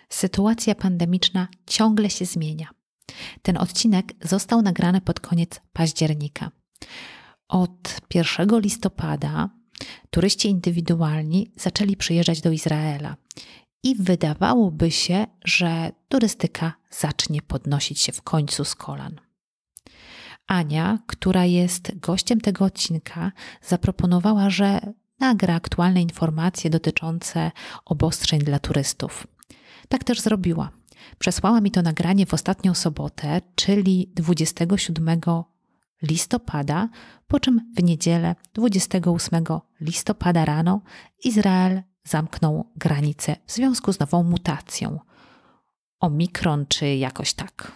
Sytuacja pandemiczna ciągle się zmienia. Ten odcinek został nagrany pod koniec października. Od 1 listopada turyści indywidualni zaczęli przyjeżdżać do Izraela i wydawałoby się, że turystyka zacznie podnosić się w końcu z kolan. Ania, która jest gościem tego odcinka, zaproponowała, że nagra aktualne informacje dotyczące obostrzeń dla turystów. Tak też zrobiła. Przesłała mi to nagranie w ostatnią sobotę, czyli 27 listopada, po czym w niedzielę 28 listopada rano Izrael zamknął granice w związku z nową mutacją. Omikron czy jakoś tak.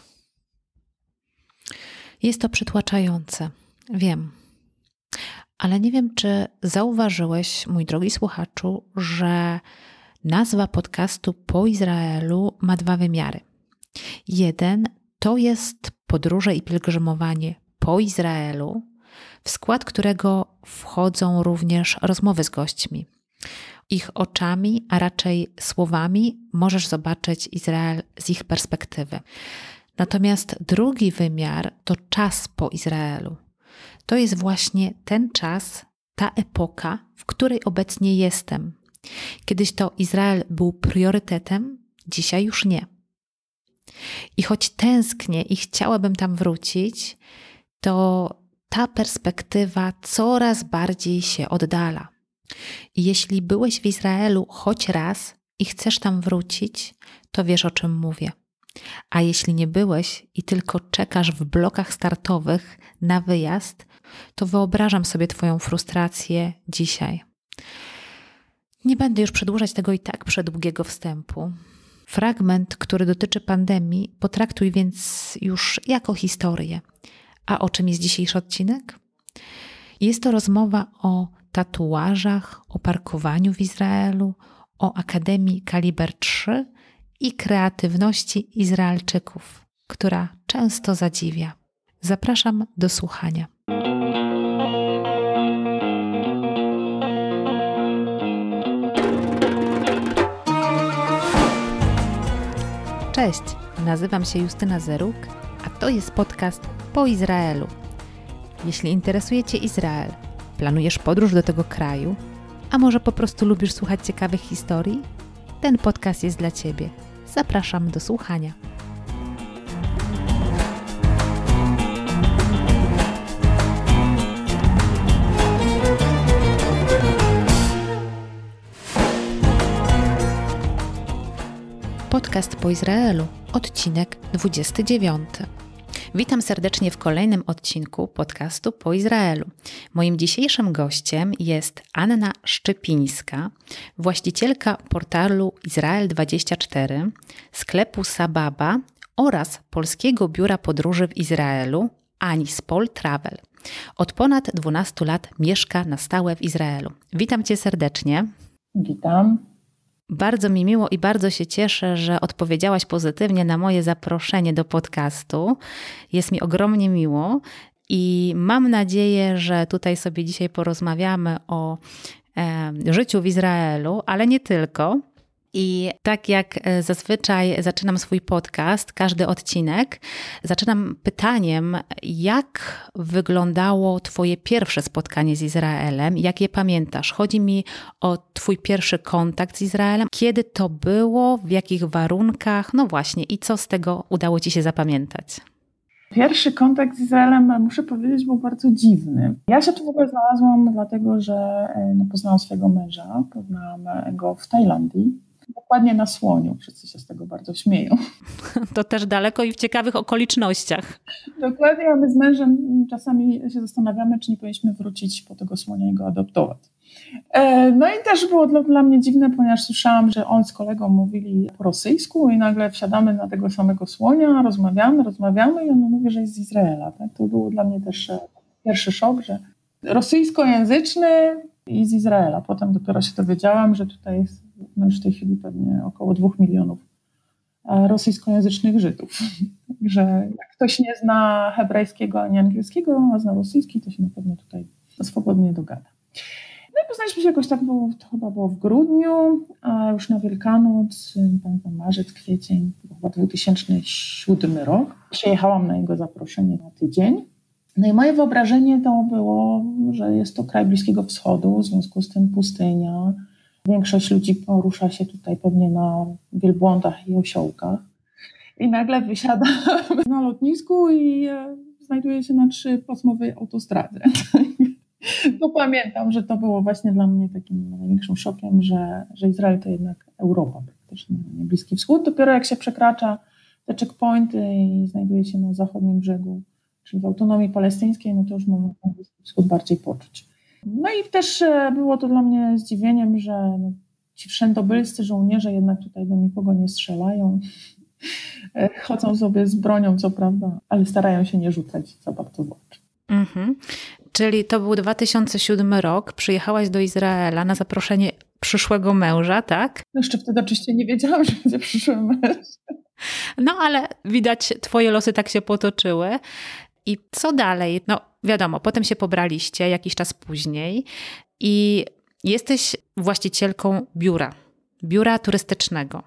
Jest to przytłaczające, wiem. Ale nie wiem, czy zauważyłeś, mój drogi słuchaczu, że nazwa podcastu Po Izraelu ma 2 wymiary. Jeden to jest podróże i pielgrzymowanie po Izraelu, w skład którego wchodzą również rozmowy z gośćmi. Ich oczami, a raczej słowami możesz zobaczyć Izrael z ich perspektywy. Natomiast drugi wymiar to czas po Izraelu. To jest właśnie ten czas, ta epoka, w której obecnie jestem. Kiedyś to Izrael był priorytetem, dzisiaj już nie. I choć tęsknię i chciałabym tam wrócić, to ta perspektywa coraz bardziej się oddala. I jeśli byłeś w Izraelu choć raz i chcesz tam wrócić, to wiesz, o czym mówię. A jeśli nie byłeś i tylko czekasz w blokach startowych na wyjazd, to wyobrażam sobie Twoją frustrację dzisiaj. Nie będę już przedłużać tego i tak przedługiego wstępu. Fragment, który dotyczy pandemii, potraktuj więc już jako historię. A o czym jest dzisiejszy odcinek? Jest to rozmowa o tatuażach, o parkowaniu w Izraelu, o Akademii Kaliber 3 i kreatywności Izraelczyków, która często zadziwia. Zapraszam do słuchania. Cześć, nazywam się Justyna Zeruk, a to jest podcast Po Izraelu. Jeśli interesuje Cię Izrael, planujesz podróż do tego kraju, a może po prostu lubisz słuchać ciekawych historii? Ten podcast jest dla Ciebie. Zapraszam do słuchania. Podcast Po Izraelu, odcinek 29. Witam serdecznie w kolejnym odcinku podcastu Po Izraelu. Moim dzisiejszym gościem jest Anna Szczypińska, właścicielka portalu Izrael24, sklepu Sababa oraz polskiego biura podróży w Izraelu Anispol Travel. Od ponad 12 lat mieszka na stałe w Izraelu. Witam Cię serdecznie. Witam. Bardzo mi miło i bardzo się cieszę, że odpowiedziałaś pozytywnie na moje zaproszenie do podcastu. Jest mi ogromnie miło i mam nadzieję, że tutaj sobie dzisiaj porozmawiamy o życiu w Izraelu, ale nie tylko. I tak jak zazwyczaj zaczynam swój podcast, każdy odcinek, zaczynam pytaniem, jak wyglądało Twoje pierwsze spotkanie z Izraelem, jak je pamiętasz? Chodzi mi o Twój pierwszy kontakt z Izraelem, kiedy to było, w jakich warunkach, no właśnie i co z tego udało Ci się zapamiętać? Pierwszy kontakt z Izraelem, muszę powiedzieć, był bardzo dziwny. Ja się tu w ogóle znalazłam dlatego, że poznałam swojego męża, poznałam go w Tajlandii. Dokładnie na Słoniu. Wszyscy się z tego bardzo śmieją. To też daleko i w ciekawych okolicznościach. Dokładnie, a my z mężem czasami się zastanawiamy, czy nie powinniśmy wrócić po tego Słonia i go adoptować. No i też było dla mnie dziwne, ponieważ słyszałam, że on z kolegą mówili po rosyjsku i nagle wsiadamy na tego samego Słonia, rozmawiamy i on mówi, że jest z Izraela. Tak? To był dla mnie też pierwszy szok, że rosyjskojęzyczny i z Izraela. Potem dopiero się dowiedziałam, że tutaj jest już w tej chwili pewnie około 2 milionów rosyjskojęzycznych Żydów. Że jak ktoś nie zna hebrajskiego ani angielskiego, a zna rosyjski, to się na pewno tutaj swobodnie dogada. No Poznaliśmy się jakoś tak, to chyba było w grudniu, a już na Wielkanoc, pamiętam marzec, kwiecień, to chyba 2007 rok. Przyjechałam na jego zaproszenie na tydzień. No i moje wyobrażenie to było, że jest to kraj Bliskiego Wschodu, w związku z tym pustynia. Większość ludzi porusza się tutaj pewnie na wielbłądach i osiołkach. I nagle wysiadam na lotnisku i znajduję się na 3-pasmowej autostradzie. To pamiętam, że to było właśnie dla mnie takim największym szokiem, że Izrael to jednak Europa, praktycznie nie Bliski Wschód. Dopiero jak się przekracza te checkpointy i znajduje się na zachodnim brzegu, czyli w autonomii palestyńskiej, no to już można ten Bliski Wschód bardziej poczuć. No i też było to dla mnie zdziwieniem, że ci wszędobylscy żołnierze jednak tutaj do nikogo nie strzelają. Chodzą sobie z bronią, co prawda, ale starają się nie rzucać za bardzo w oczy. Czyli to był 2007 rok, przyjechałaś do Izraela na zaproszenie przyszłego męża, tak? No jeszcze wtedy oczywiście nie wiedziałam, że będzie przyszły męż. No ale widać, twoje losy tak się potoczyły. I co dalej? No wiadomo, potem się pobraliście jakiś czas później i jesteś właścicielką biura turystycznego.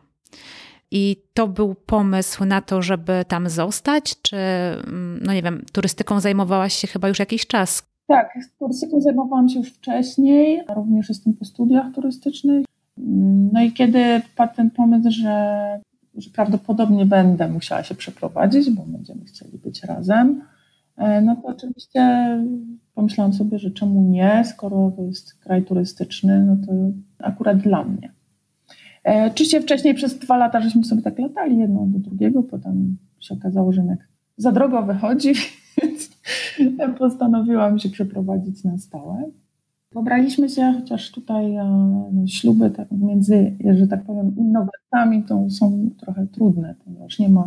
I to był pomysł na to, żeby tam zostać, czy, no nie wiem, turystyką zajmowałaś się chyba już jakiś czas? Tak, turystyką zajmowałam się już wcześniej, również jestem po studiach turystycznych. No i kiedy padł ten pomysł, że prawdopodobnie będę musiała się przeprowadzić, bo będziemy chcieli być razem, no to oczywiście pomyślałam sobie, że czemu nie, skoro to jest kraj turystyczny, no to akurat dla mnie. Oczywiście wcześniej przez 2 lata żeśmy sobie tak latali jedno do drugiego, potem się okazało, że jednak za drogo wychodzi, więc postanowiłam się przeprowadzić na stałe. Pobraliśmy się, chociaż tutaj śluby tak między, że tak powiem, innowacjami to są trochę trudne, ponieważ nie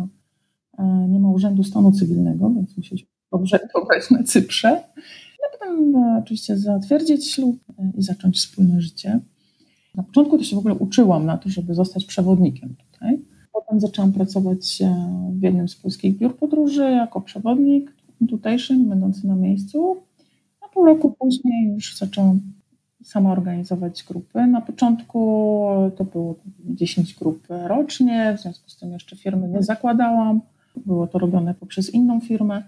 ma urzędu stanu cywilnego, więc musieliśmy obrzędować na Cyprze. No potem oczywiście zatwierdzić ślub i zacząć wspólne życie. Na początku to się w ogóle uczyłam na to, żeby zostać przewodnikiem tutaj. Potem zaczęłam pracować w jednym z polskich biur podróży jako przewodnik tutejszy, będący na miejscu. A pół roku później już zaczęłam sama organizować grupy. Na początku to było 10 grup rocznie, w związku z tym jeszcze firmy nie zakładałam. Było to robione poprzez inną firmę.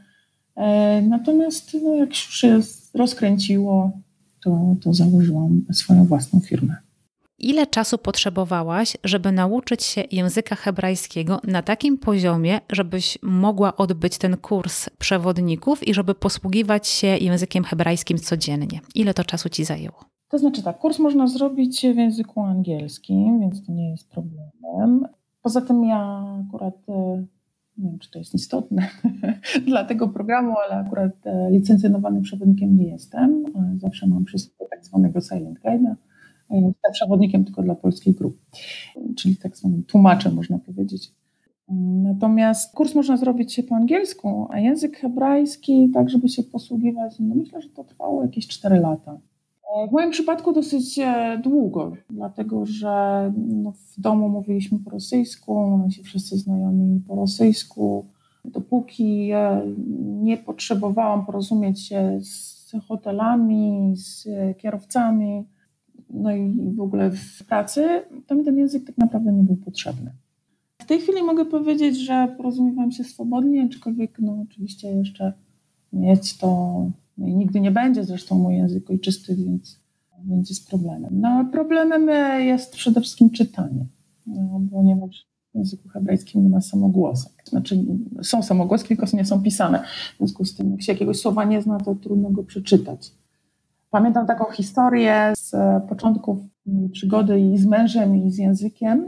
Natomiast jak już się rozkręciło, to założyłam swoją własną firmę. Ile czasu potrzebowałaś, żeby nauczyć się języka hebrajskiego na takim poziomie, żebyś mogła odbyć ten kurs przewodników i żeby posługiwać się językiem hebrajskim codziennie? Ile to czasu ci zajęło? To znaczy tak, kurs można zrobić w języku angielskim, więc to nie jest problemem. Poza tym ja akurat, nie wiem czy to jest istotne dla tego programu, ale akurat licencjonowanym przewodnikiem nie jestem. Zawsze mam przy sobie tak zwanego silent guide'a. Jestem przewodnikiem tylko dla polskiej grupy, czyli tak zwanym tłumaczem, można powiedzieć. Natomiast kurs można zrobić po angielsku, a język hebrajski, tak żeby się posługiwać, no myślę, że to trwało jakieś 4 lata. W moim przypadku dosyć długo, dlatego że w domu mówiliśmy po rosyjsku, nasi wszyscy znajomi po rosyjsku. Dopóki nie potrzebowałam porozumieć się z hotelami, z kierowcami, no i w ogóle w pracy, to mi ten język tak naprawdę nie był potrzebny. W tej chwili mogę powiedzieć, że porozumiewam się swobodnie, aczkolwiek oczywiście jeszcze nie jest to, i nigdy nie będzie zresztą mój język ojczysty, więc jest problemem. Problemem jest przede wszystkim czytanie, ponieważ w języku hebrajskim nie ma samogłosek. Znaczy są samogłoski, tylko nie są pisane. W związku z tym, jak się jakiegoś słowa nie zna, to trudno go przeczytać. Pamiętam taką historię z początków mojej przygody i z mężem, i z językiem.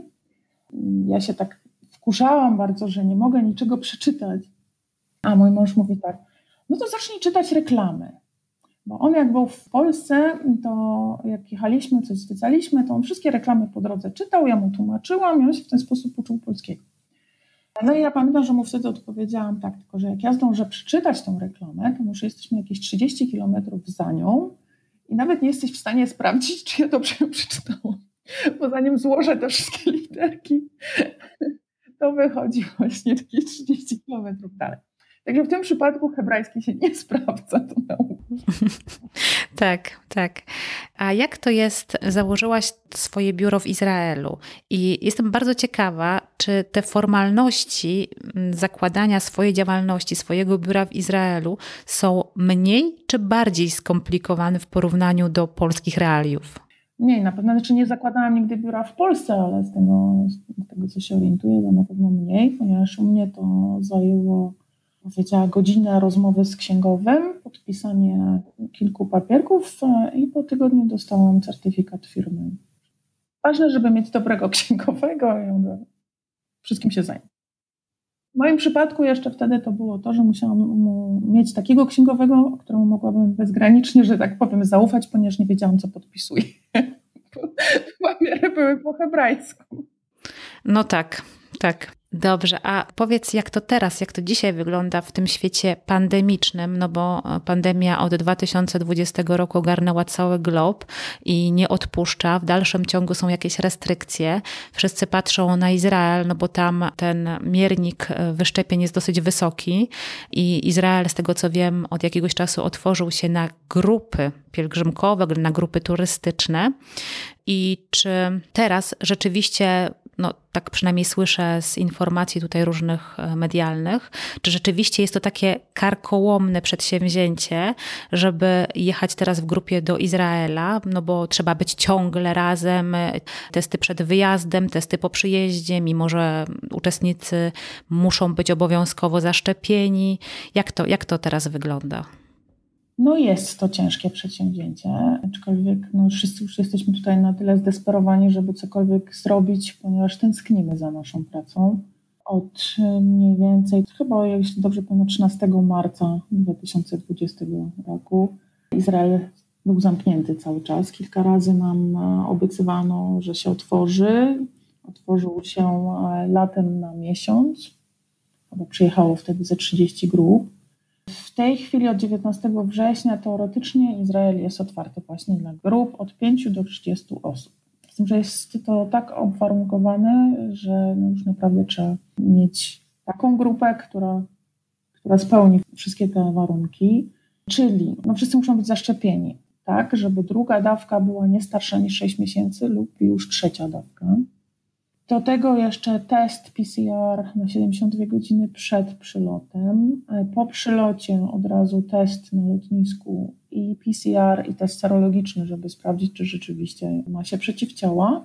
Ja się tak wkurzałam bardzo, że nie mogę niczego przeczytać. A mój mąż mówi tak, no to zacznij czytać reklamy. Bo on jak był w Polsce, to jak jechaliśmy, coś zwiedzaliśmy, to on wszystkie reklamy po drodze czytał, ja mu tłumaczyłam i on się w ten sposób uczył polskiego. No i ja pamiętam, że mu wtedy odpowiedziałam tak, tylko że jak ja zdążę przeczytać tą reklamę, to może jesteśmy jakieś 30 kilometrów za nią i nawet nie jesteś w stanie sprawdzić, czy ja dobrze ją przeczytałam. Bo zanim złożę te wszystkie literki, to wychodzi właśnie takie 30 kilometrów dalej. Także w tym przypadku hebrajski się nie sprawdza. To nauka. Tak, tak. A jak to jest, założyłaś swoje biuro w Izraelu i jestem bardzo ciekawa, czy te formalności zakładania swojej działalności, swojego biura w Izraelu są mniej czy bardziej skomplikowane w porównaniu do polskich realiów? Mniej na pewno, znaczy nie zakładałam nigdy biura w Polsce, ale z tego co się orientuję, to na pewno mniej, ponieważ u mnie to zajęło, powiedziała, godzinę rozmowy z księgowym, podpisanie kilku papierków i po tygodniu dostałam certyfikat firmy. Ważne, żeby mieć dobrego księgowego i on wszystkim się zajmie. W moim przypadku jeszcze wtedy to było to, że musiałam mieć takiego księgowego, któremu mogłabym bezgranicznie, że tak powiem, zaufać, ponieważ nie wiedziałam, co podpisuję. Papiery były po hebrajsku. No tak, tak. Dobrze, a powiedz, jak to teraz, jak to dzisiaj wygląda w tym świecie pandemicznym, no bo pandemia od 2020 roku ogarnęła cały glob i nie odpuszcza. W dalszym ciągu są jakieś restrykcje. Wszyscy patrzą na Izrael, no bo tam ten miernik wyszczepień jest dosyć wysoki i Izrael, z tego co wiem, od jakiegoś czasu otworzył się na grupy pielgrzymkowe, na grupy turystyczne. I czy teraz rzeczywiście, no tak przynajmniej słyszę z informacji tutaj różnych medialnych, czy rzeczywiście jest to takie karkołomne przedsięwzięcie, żeby jechać teraz w grupie do Izraela, no bo trzeba być ciągle razem, testy przed wyjazdem, testy po przyjeździe, mimo że uczestnicy muszą być obowiązkowo zaszczepieni. Jak to teraz wygląda? No jest to ciężkie przedsięwzięcie, aczkolwiek wszyscy już jesteśmy tutaj na tyle zdesperowani, żeby cokolwiek zrobić, ponieważ tęsknimy za naszą pracą. Od mniej więcej, chyba jeśli dobrze pamiętam, 13 marca 2020 roku Izrael był zamknięty cały czas. Kilka razy nam obiecywano, że się otworzy. Otworzył się latem na miesiąc. Chyba przyjechało wtedy ze 30 grup. W tej chwili od 19 września teoretycznie Izrael jest otwarty właśnie dla grup od 5 do 30 osób. Z tym, że jest to tak obwarunkowane, że już naprawdę trzeba mieć taką grupę, która spełni wszystkie te warunki, czyli wszyscy muszą być zaszczepieni, tak, żeby druga dawka była nie starsza niż 6 miesięcy lub już trzecia dawka. Do tego jeszcze test PCR na 72 godziny przed przylotem. Po przylocie od razu test na lotnisku i PCR i test serologiczny, żeby sprawdzić, czy rzeczywiście ma się przeciwciała.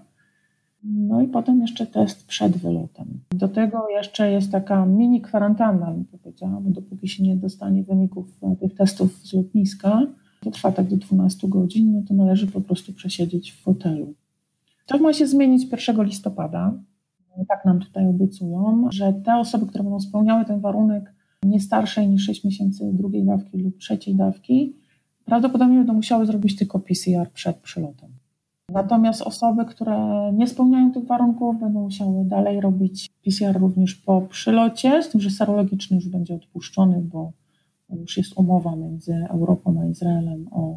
No i potem jeszcze test przed wylotem. Do tego jeszcze jest taka mini kwarantanna, bym powiedziała, bo dopóki się nie dostanie wyników tych testów z lotniska, to trwa tak do 12 godzin, no to należy po prostu przesiedzieć w hotelu. To ma się zmienić 1 listopada. Tak nam tutaj obiecują, że te osoby, które będą spełniały ten warunek nie starszej niż 6 miesięcy drugiej dawki lub trzeciej dawki, prawdopodobnie będą musiały zrobić tylko PCR przed przylotem. Natomiast osoby, które nie spełniają tych warunków, będą musiały dalej robić PCR również po przylocie, z tym, że serologiczny już będzie odpuszczony, bo już jest umowa między Europą a Izraelem o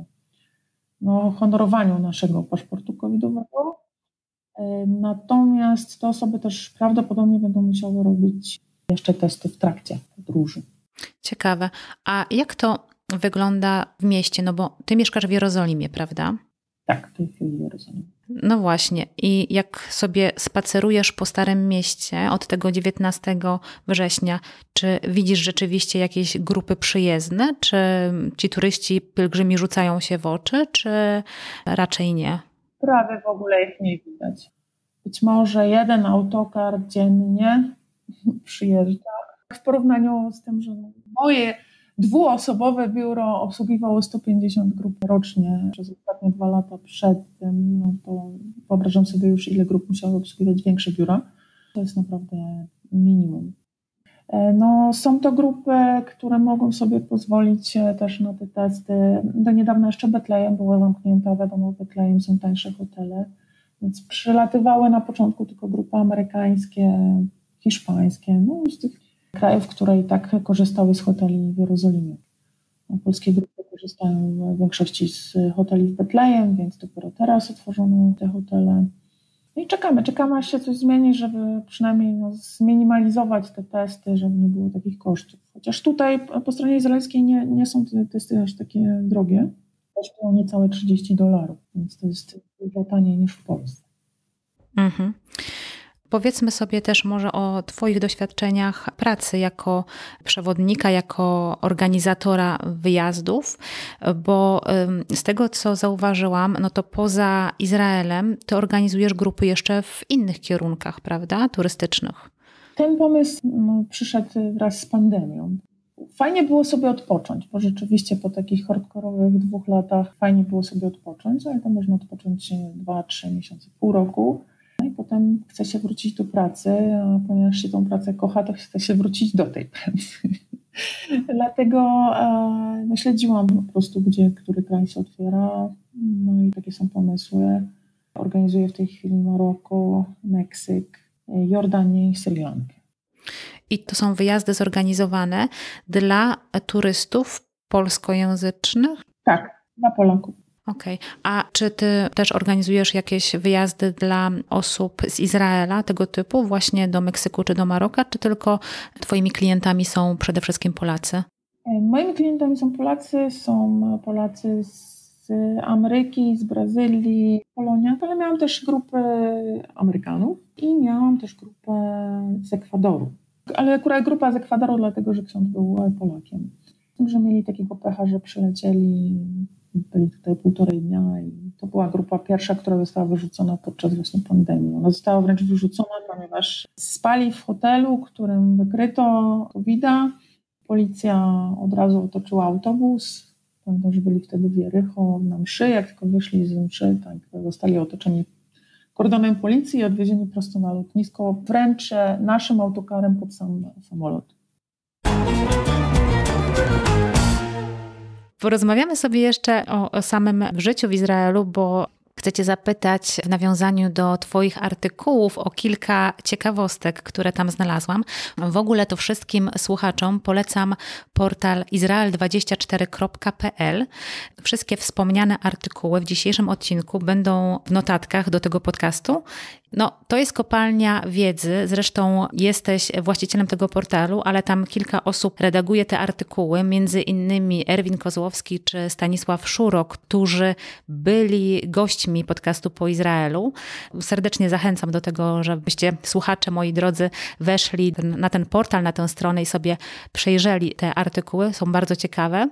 honorowaniu naszego paszportu covidowego. Natomiast te osoby też prawdopodobnie będą musiały robić jeszcze testy w trakcie podróży. Ciekawe. A jak to wygląda w mieście? No bo ty mieszkasz w Jerozolimie, prawda? Tak, w tej chwili w Jerozolimie. No właśnie. I jak sobie spacerujesz po Starym Mieście od tego 19 września, czy widzisz rzeczywiście jakieś grupy przyjezdne? Czy ci turyści, pielgrzymi rzucają się w oczy, czy raczej nie? Prawie w ogóle ich nie widać. Być może jeden autokar dziennie przyjeżdża. W porównaniu z tym, że moje dwuosobowe biuro obsługiwało 150 grup rocznie przez ostatnie 2 lata przed tym, no to wyobrażam sobie już, ile grup musiało obsługiwać większe biura. To jest naprawdę minimum. Są to grupy, które mogą sobie pozwolić też na te testy. Do niedawna jeszcze Betlejem była zamknięta, wiadomo, w Betlejem są tańsze hotele, więc przylatywały na początku tylko grupy amerykańskie, hiszpańskie, z tych krajów, które i tak korzystały z hoteli w Jerozolimie. Polskie grupy korzystają w większości z hoteli w Betlejem, więc dopiero teraz otworzono te hotele. No i czekamy aż się coś zmieni, żeby przynajmniej zminimalizować te testy, żeby nie było takich kosztów. Chociaż tutaj po stronie izraelskiej nie są te testy aż takie drogie. Kosztują niecałe $30, więc to jest dużo taniej niż w Polsce. Mhm. Powiedzmy sobie też może o Twoich doświadczeniach pracy jako przewodnika, jako organizatora wyjazdów, bo z tego, co zauważyłam, no to poza Izraelem Ty organizujesz grupy jeszcze w innych kierunkach, prawda, turystycznych. Ten pomysł przyszedł wraz z pandemią. Fajnie było sobie odpocząć, bo rzeczywiście po takich hardkorowych 2 latach fajnie było sobie odpocząć, ale to można odpocząć 2-3 miesiące, pół roku. No i potem chce się wrócić do pracy, a ponieważ się tą pracę kocha, to chce się wrócić do tej pracy. Dlatego śledziłam po prostu, który kraj się otwiera. No i takie są pomysły. Organizuję w tej chwili Maroko, Meksyk, Jordanię i Sri Lankę. I to są wyjazdy zorganizowane dla turystów polskojęzycznych? Tak, dla Polaków. Okej. A czy ty też organizujesz jakieś wyjazdy dla osób z Izraela tego typu, właśnie do Meksyku czy do Maroka, czy tylko twoimi klientami są przede wszystkim Polacy? Moimi klientami są Polacy z Ameryki, z Brazylii, Polonia, ale miałam też grupę Amerykanów i miałam też grupę z Ekwadoru. Ale akurat grupa z Ekwadoru, dlatego że ksiądz był Polakiem. Z tym, że mieli takiego pecha, że przylecieli, byli tutaj 1,5 dnia i to była grupa pierwsza, która została wyrzucona podczas właśnie pandemii. Ona została wręcz wyrzucona, ponieważ spali w hotelu, którym wykryto COVID-a. Policja od razu otoczyła autobus. Pamiętam, że byli wtedy w Jericho na mszy. Jak tylko wyszli z mszy, tak zostali otoczeni kordonem policji i odwiezieni prosto na lotnisko, wręcz naszym autokarem pod sam samolot. Porozmawiamy sobie jeszcze o samym życiu w Izraelu, bo chcę cię zapytać w nawiązaniu do twoich artykułów o kilka ciekawostek, które tam znalazłam. W ogóle to wszystkim słuchaczom polecam portal israel24.pl. Wszystkie wspomniane artykuły w dzisiejszym odcinku będą w notatkach do tego podcastu. No, to jest kopalnia wiedzy, zresztą jesteś właścicielem tego portalu, ale tam kilka osób redaguje te artykuły, między innymi Erwin Kozłowski czy Stanisław Szuro, którzy byli gośćmi podcastu Po Izraelu. Serdecznie zachęcam do tego, żebyście słuchacze moi drodzy weszli na ten portal, na tę stronę i sobie przejrzeli te artykuły, są bardzo ciekawe.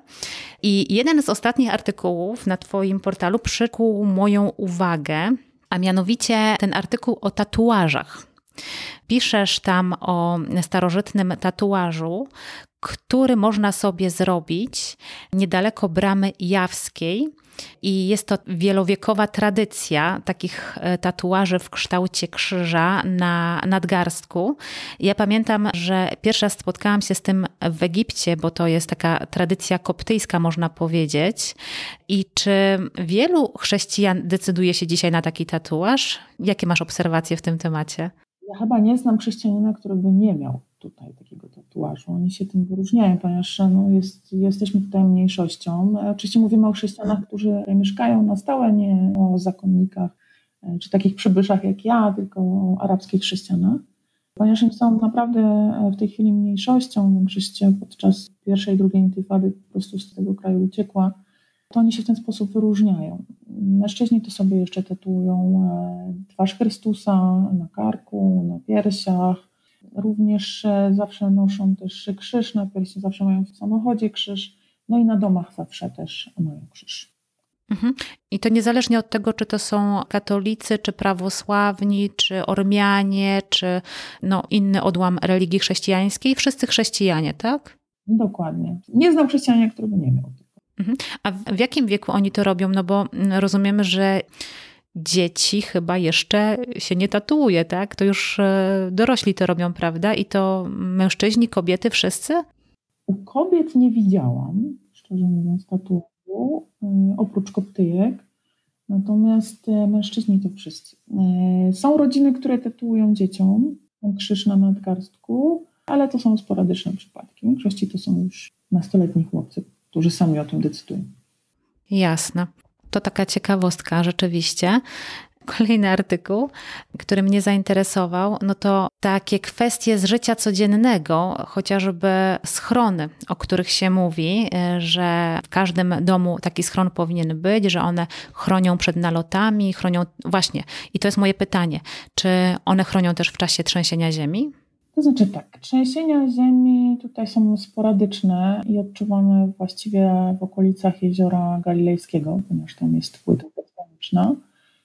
I jeden z ostatnich artykułów na twoim portalu przykuł moją uwagę, a mianowicie ten artykuł o tatuażach. Piszesz tam o starożytnym tatuażu, który można sobie zrobić niedaleko Bramy Jawskiej. I jest to wielowiekowa tradycja takich tatuaży w kształcie krzyża na nadgarstku. Ja pamiętam, że pierwszy raz spotkałam się z tym w Egipcie, bo to jest taka tradycja koptyjska, można powiedzieć. I czy wielu chrześcijan decyduje się dzisiaj na taki tatuaż? Jakie masz obserwacje w tym temacie? Ja chyba nie znam chrześcijanina, który by nie miał tutaj takiego tatuażu. Oni się tym wyróżniają, ponieważ jesteśmy tutaj mniejszością. Oczywiście mówimy o chrześcijanach, którzy mieszkają na stałe, nie o zakonnikach czy takich przybyszach jak ja, tylko o arabskich chrześcijanach. Ponieważ oni są naprawdę w tej chwili mniejszością, większość podczas pierwszej i drugiej intifady po prostu z tego kraju uciekła, to oni się w ten sposób wyróżniają. Mężczyźni to sobie jeszcze tatuują twarz Chrystusa na karku, na piersiach. Również zawsze noszą też krzyż na piersi, zawsze mają w samochodzie krzyż, no i na domach zawsze też mają krzyż. Mhm. I to niezależnie od tego, czy to są katolicy, czy prawosławni, czy Ormianie, czy inny odłam religii chrześcijańskiej, wszyscy chrześcijanie, tak? Dokładnie. Nie znam chrześcijanina, który by nie miał. A w jakim wieku oni to robią? No bo rozumiemy, że dzieci chyba jeszcze się nie tatuuje, tak? To już dorośli to robią, prawda? I to mężczyźni, kobiety, wszyscy? U kobiet nie widziałam, szczerze mówiąc, tatuażu, oprócz koptyjek. Natomiast mężczyźni to wszyscy. Są rodziny, które tatuują dzieciom krzyż na nadgarstku, ale to są sporadyczne przypadki. W większości to są już nastoletni chłopcy, którzy sami o tym decydują. Jasne. To taka ciekawostka rzeczywiście. Kolejny artykuł, który mnie zainteresował, no to takie kwestie z życia codziennego, chociażby schrony, o których się mówi, że w każdym domu taki schron powinien być, że one chronią przed nalotami, chronią właśnie. I to jest moje pytanie, czy one chronią też w czasie trzęsienia ziemi? To znaczy tak, trzęsienia ziemi tutaj są sporadyczne i odczuwane właściwie w okolicach Jeziora Galilejskiego, ponieważ tam jest płyta tektoniczna.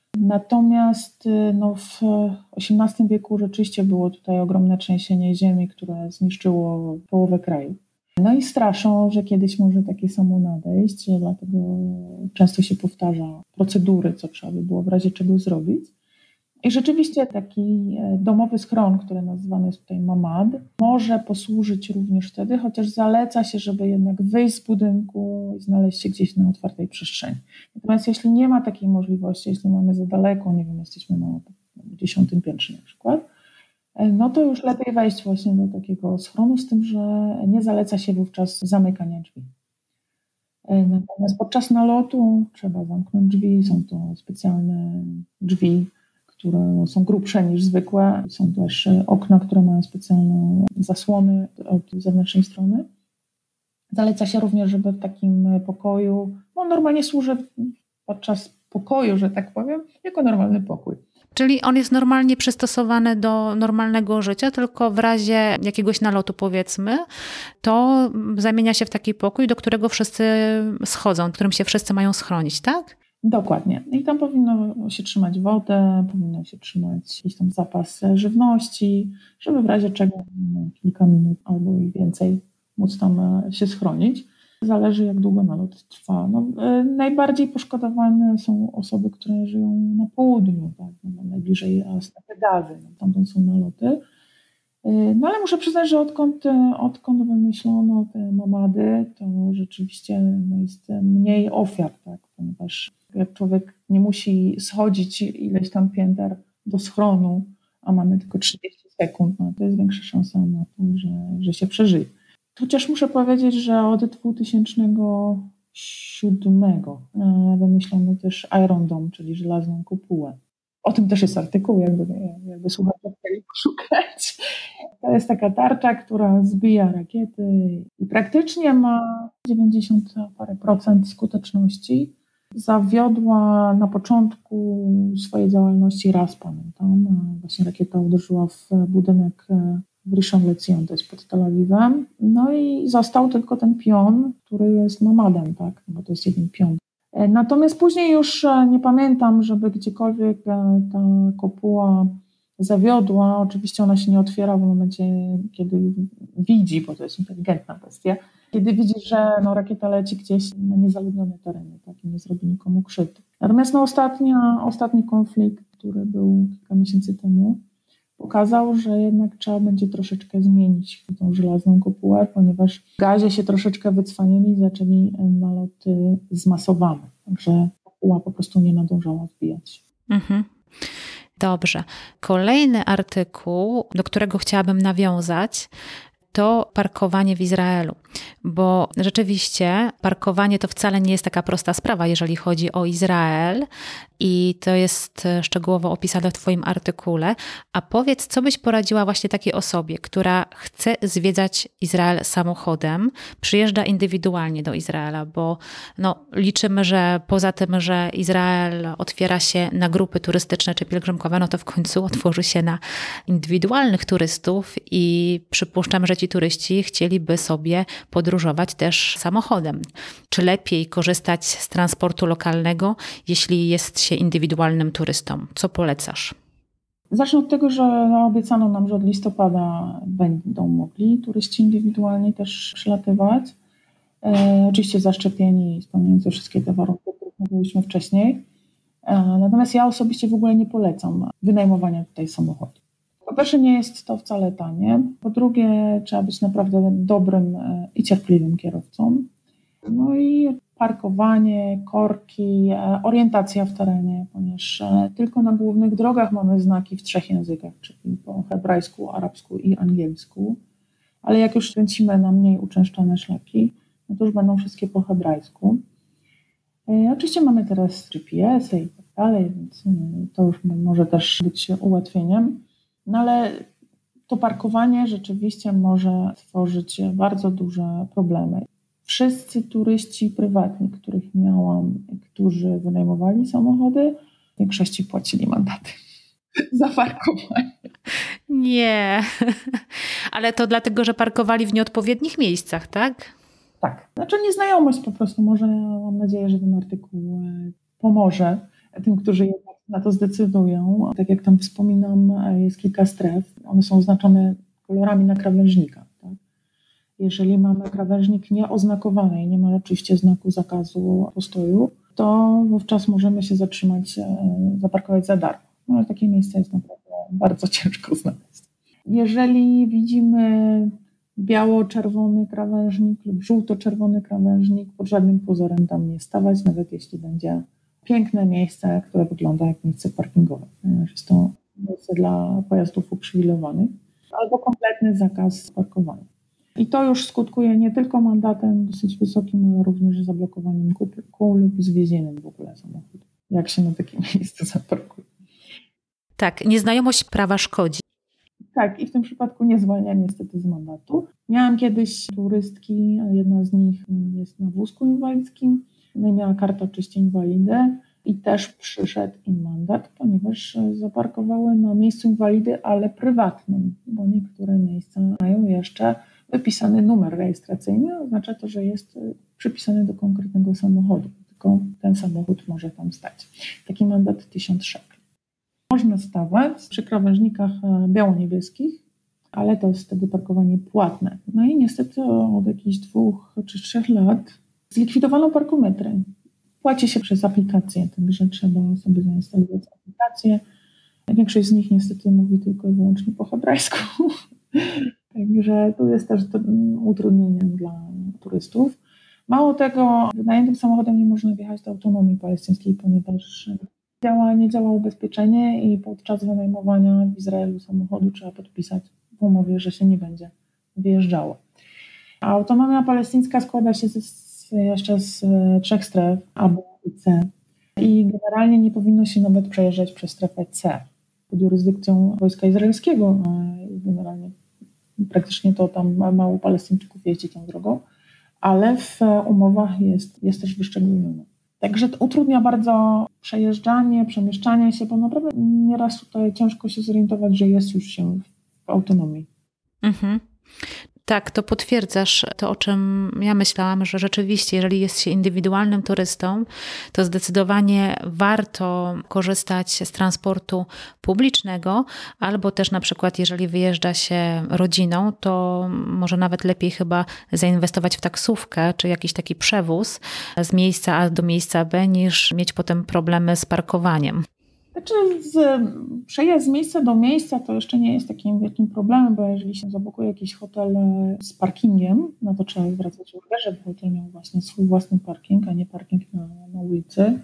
Natomiast w XVIII wieku rzeczywiście było tutaj ogromne trzęsienie ziemi, które zniszczyło połowę kraju. No i straszą, że kiedyś może takie samo nadejść, dlatego często się powtarza procedury, co trzeba by było w razie czego zrobić. I rzeczywiście taki domowy schron, który nazywany jest tutaj mamad, może posłużyć również wtedy, chociaż zaleca się, żeby jednak wyjść z budynku i znaleźć się gdzieś na otwartej przestrzeni. Natomiast jeśli nie ma takiej możliwości, jeśli mamy za daleko, nie wiem, jesteśmy na 10. piętrze na przykład, no to już lepiej wejść właśnie do takiego schronu, z tym, że nie zaleca się wówczas zamykania drzwi. Natomiast podczas nalotu trzeba zamknąć drzwi, są to specjalne drzwi, które są grubsze niż zwykłe. Są też okna, które mają specjalną zasłony od zewnętrznej strony. Zaleca się również, żeby w takim pokoju, normalnie służy podczas pokoju, że tak powiem, jako normalny pokój. Czyli on jest normalnie przystosowany do normalnego życia, tylko w razie jakiegoś nalotu, powiedzmy, to zamienia się w taki pokój, do którego wszyscy schodzą, w którym się wszyscy mają schronić, tak? Dokładnie. I tam powinno się trzymać wodę, powinno się trzymać jakiś tam zapas żywności, żeby w razie czego kilka minut albo i więcej móc tam się schronić. Zależy, jak długo nalot trwa. Najbardziej poszkodowane są osoby, które żyją na południu, tak? Najbliżej strefy Gazy. Tam są naloty. Ale muszę przyznać, że odkąd wymyślono te mamady, to rzeczywiście jest mniej ofiar, tak? Ponieważ jak człowiek nie musi schodzić ileś tam pięter do schronu, a mamy tylko 30 sekund, to jest większa szansa na to, że się przeżyje. Chociaż muszę powiedzieć, że od 2007 wymyślono też Iron Dome, czyli żelazną kopułę. O tym też jest artykuł, jakby słuchacze chcieli poszukać. To jest taka tarcza, która zbija rakiety i praktycznie ma 90 parę procent skuteczności. Zawiodła na początku swojej działalności raz, pamiętam. Właśnie rakieta uderzyła w budynek w Rishon LeZion, to jest pod Tel Awiwem. No i został tylko ten pion, który jest mamadem, tak? Bo to jest jeden pion. Natomiast później już nie pamiętam, żeby gdziekolwiek ta kopuła zawiodła. Oczywiście ona się nie otwiera w momencie, kiedy widzi, bo to jest inteligentna bestia, kiedy widzi, że rakieta leci gdzieś na niezaludnione tereny, tak, i nie zrobi nikomu krzywdy. Natomiast ostatni konflikt, który był kilka miesięcy temu, pokazał, że jednak trzeba będzie troszeczkę zmienić tą żelazną kopułę, ponieważ w gazie się troszeczkę wycwanili i zaczęli naloty zmasowane. Także kopuła po prostu nie nadążała zbijać. Mhm. Dobrze. Kolejny artykuł, do którego chciałabym nawiązać, to parkowanie w Izraelu, bo rzeczywiście parkowanie to wcale nie jest taka prosta sprawa, jeżeli chodzi o Izrael i to jest szczegółowo opisane w Twoim artykule. A powiedz, co byś poradziła właśnie takiej osobie, która chce zwiedzać Izrael samochodem, przyjeżdża indywidualnie do Izraela, bo liczymy, że poza tym, że Izrael otwiera się na grupy turystyczne czy pielgrzymkowe, to w końcu otworzy się na indywidualnych turystów i przypuszczam, że ci turyści chcieliby sobie podróżować też samochodem. Czy lepiej korzystać z transportu lokalnego, jeśli jest się indywidualnym turystą? Co polecasz? Zacznę od tego, że obiecano nam, że od listopada będą mogli turyści indywidualnie też przylatywać. Oczywiście zaszczepieni i spełniający wszystkie te warunki, o których mówiliśmy wcześniej. Natomiast ja osobiście w ogóle nie polecam wynajmowania tutaj samochodu. Po pierwsze, nie jest to wcale tanie. Po drugie, trzeba być naprawdę dobrym i cierpliwym kierowcą. No i parkowanie, korki, orientacja w terenie, ponieważ tylko na głównych drogach mamy znaki w 3 językach, czyli po hebrajsku, arabsku i angielsku. Ale jak już kręcimy na mniej uczęszczane szlaki, to już będą wszystkie po hebrajsku. Oczywiście mamy teraz GPS-y i tak dalej, więc to już może też być ułatwieniem, no ale to parkowanie rzeczywiście może tworzyć bardzo duże problemy. Wszyscy turyści prywatni, których miałam, którzy wynajmowali samochody, w większości płacili mandaty za parkowanie. Nie, ale to dlatego, że parkowali w nieodpowiednich miejscach, tak? Tak, znaczy nieznajomość po prostu. Może mam nadzieję, że ten artykuł pomoże tym, którzy jednak na to zdecydują. Tak jak tam wspominam, jest kilka stref. One są oznaczone kolorami na krawężnikach. Tak? Jeżeli mamy krawężnik nieoznakowany i nie ma oczywiście znaku zakazu postoju, to wówczas możemy się zatrzymać, zaparkować za darmo. No, ale takie miejsce jest naprawdę bardzo ciężko znaleźć. Jeżeli widzimy biało-czerwony krawężnik lub żółto-czerwony krawężnik, pod żadnym pozorem tam nie stawać, nawet jeśli będzie piękne miejsce, które wygląda jak miejsce parkingowe, ponieważ jest to miejsce dla pojazdów uprzywilejowanych, albo kompletny zakaz parkowania. I to już skutkuje nie tylko mandatem dosyć wysokim, ale również zablokowaniem kół lub zwiezieniem w ogóle samochodu, jak się na takie miejsce zaparkuje. Tak, nieznajomość prawa szkodzi. Tak, i w tym przypadku nie zwalnia niestety z mandatu. Miałam kiedyś turystki, jedna z nich jest na wózku inwalidzkim, no i miała kartę oczywiście inwalidy i też przyszedł im mandat, ponieważ zaparkowały na miejscu inwalidy, ale prywatnym, bo niektóre miejsca mają jeszcze wypisany numer rejestracyjny, oznacza to, że jest przypisany do konkretnego samochodu, tylko ten samochód może tam stać. Taki mandat 1000 szekli. Można stawać przy krawężnikach biało-niebieskich, ale to jest wtedy parkowanie płatne. No i niestety od jakichś 2 czy 3 lat zlikwidowano parkometry. Płaci się przez aplikację, także trzeba sobie zainstalować aplikację. Większość z nich niestety mówi tylko i wyłącznie po hebrajsku. Także tu jest też utrudnieniem dla turystów. Mało tego, wynajętym samochodem nie można wjechać do autonomii palestyńskiej, ponieważ nie działa ubezpieczenie i podczas wynajmowania w Izraelu samochodu trzeba podpisać w umowie, że się nie będzie wyjeżdżało. A autonomia palestyńska składa się jeszcze z 3 stref A, B i C. I generalnie nie powinno się nawet przejeżdżać przez strefę C pod jurysdykcją wojska izraelskiego. Generalnie praktycznie to tam mało Palestyńczyków jeździ tą drogą, ale w umowach jest też wyszczególnione. Także to utrudnia bardzo przejeżdżanie, przemieszczanie się, bo naprawdę nieraz tutaj ciężko się zorientować, że jest już się w autonomii. Mhm. Tak, to potwierdzasz to, o czym ja myślałam, że rzeczywiście, jeżeli jest się indywidualnym turystą, to zdecydowanie warto korzystać z transportu publicznego, albo też na przykład, jeżeli wyjeżdża się rodziną, to może nawet lepiej chyba zainwestować w taksówkę, czy jakiś taki przewóz z miejsca A do miejsca B, niż mieć potem problemy z parkowaniem. Znaczy przejazd z miejsca do miejsca to jeszcze nie jest takim wielkim problemem, bo jeżeli się zablokuje jakiś hotel z parkingiem, no to trzeba zwracać uwagę, żeby hotel miał właśnie swój własny parking, a nie parking na ulicy.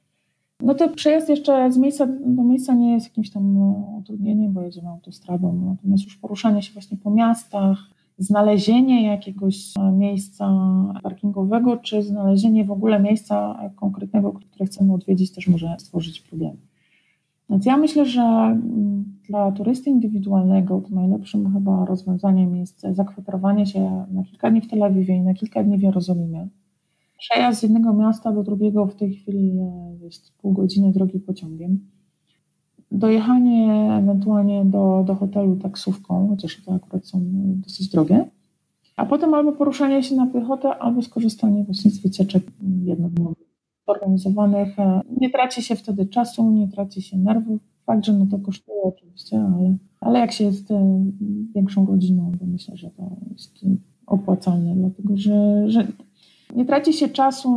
No to przejazd jeszcze z miejsca do miejsca nie jest jakimś tam utrudnieniem, bo jedziemy autostradą, natomiast już poruszanie się właśnie po miastach, znalezienie jakiegoś miejsca parkingowego, czy znalezienie w ogóle miejsca konkretnego, które chcemy odwiedzić, też może stworzyć problemy. Więc ja myślę, że dla turysty indywidualnego to najlepszym chyba rozwiązaniem jest zakwaterowanie się na kilka dni w Tel Awiwie i na kilka dni w Jerozolimie. Przejazd z jednego miasta do drugiego w tej chwili jest pół godziny drogi pociągiem. Dojechanie ewentualnie do hotelu taksówką, chociaż to akurat są dosyć drogie. A potem albo poruszanie się na piechotę, albo skorzystanie właśnie z wycieczek jednodniowych organizowanych. Nie traci się wtedy czasu, nie traci się nerwów. Fakt, że to kosztuje oczywiście, ale jak się jest większą rodziną, to myślę, że to jest opłacalne, dlatego że nie traci się czasu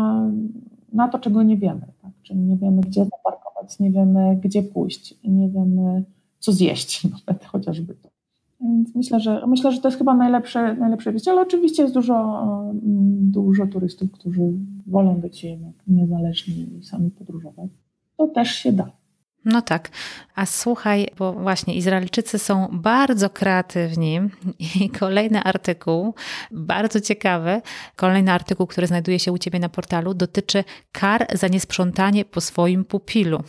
na to, czego nie wiemy. Tak? Czyli nie wiemy, gdzie zaparkować, nie wiemy, gdzie pójść, nie wiemy, co zjeść, nawet chociażby to. Więc myślę, że to jest chyba najlepsze wyjście, ale oczywiście jest dużo turystów, którzy wolą być jednak niezależni i sami podróżować. To też się da. No tak. A słuchaj, bo właśnie Izraelczycy są bardzo kreatywni i kolejny artykuł, bardzo ciekawy, kolejny artykuł, który znajduje się u ciebie na portalu, dotyczy kar za niesprzątanie po swoim pupilu.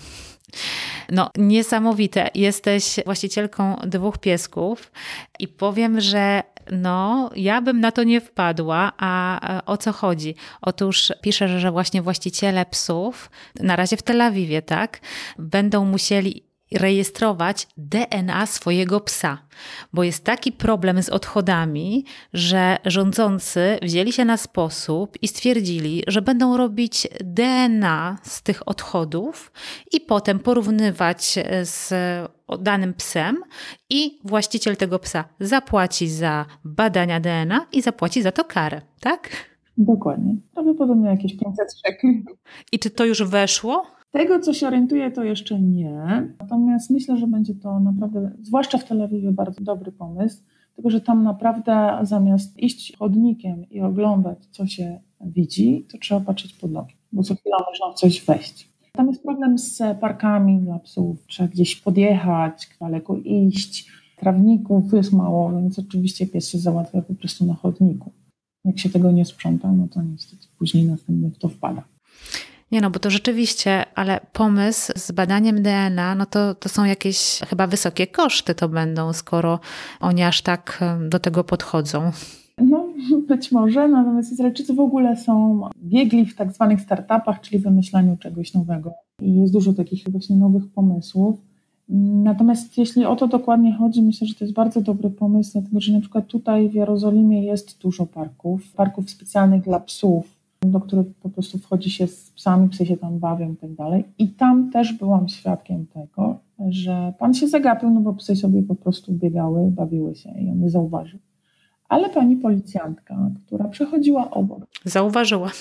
No, niesamowite. Jesteś właścicielką 2 piesków i powiem, że no, ja bym na to nie wpadła. A o co chodzi? Otóż piszesz, że właśnie właściciele psów, na razie w Tel Awiwie, tak, będą musieli rejestrować DNA swojego psa, bo jest taki problem z odchodami, że rządzący wzięli się na sposób i stwierdzili, że będą robić DNA z tych odchodów i potem porównywać z danym psem i właściciel tego psa zapłaci za badania DNA i zapłaci za to karę, tak? Dokładnie. Prawdopodobnie jakieś 500 szekli. I czy to już weszło? Tego, co się orientuję, to jeszcze nie. Natomiast myślę, że będzie to naprawdę, zwłaszcza w Tel Awiwie, bardzo dobry pomysł. Tylko że tam naprawdę zamiast iść chodnikiem i oglądać, co się widzi, to trzeba patrzeć pod nogi, bo co chwila można w coś wejść. Tam jest problem z parkami dla psów. Trzeba gdzieś podjechać, daleko iść. Trawników jest mało, więc oczywiście pies się załatwia po prostu na chodniku. Jak się tego nie sprząta, no to niestety później następny w to wpada. Nie no, bo to rzeczywiście, ale pomysł z badaniem DNA, no to są jakieś chyba wysokie koszty to będą, skoro oni aż tak do tego podchodzą. No, być może, natomiast Izraelczycy w ogóle są biegli w tak zwanych startupach, czyli wymyślaniu czegoś nowego. I jest dużo takich właśnie nowych pomysłów. Natomiast jeśli o to dokładnie chodzi, myślę, że to jest bardzo dobry pomysł, dlatego że na przykład tutaj w Jerozolimie jest dużo parków specjalnych dla psów, do których po prostu wchodzi się z psami, psy się tam bawią i tak dalej. I tam też byłam świadkiem tego, że pan się zagapił, no bo psy sobie po prostu biegały, bawiły się i on nie zauważył. Ale pani policjantka, która przechodziła obok. Zauważyła.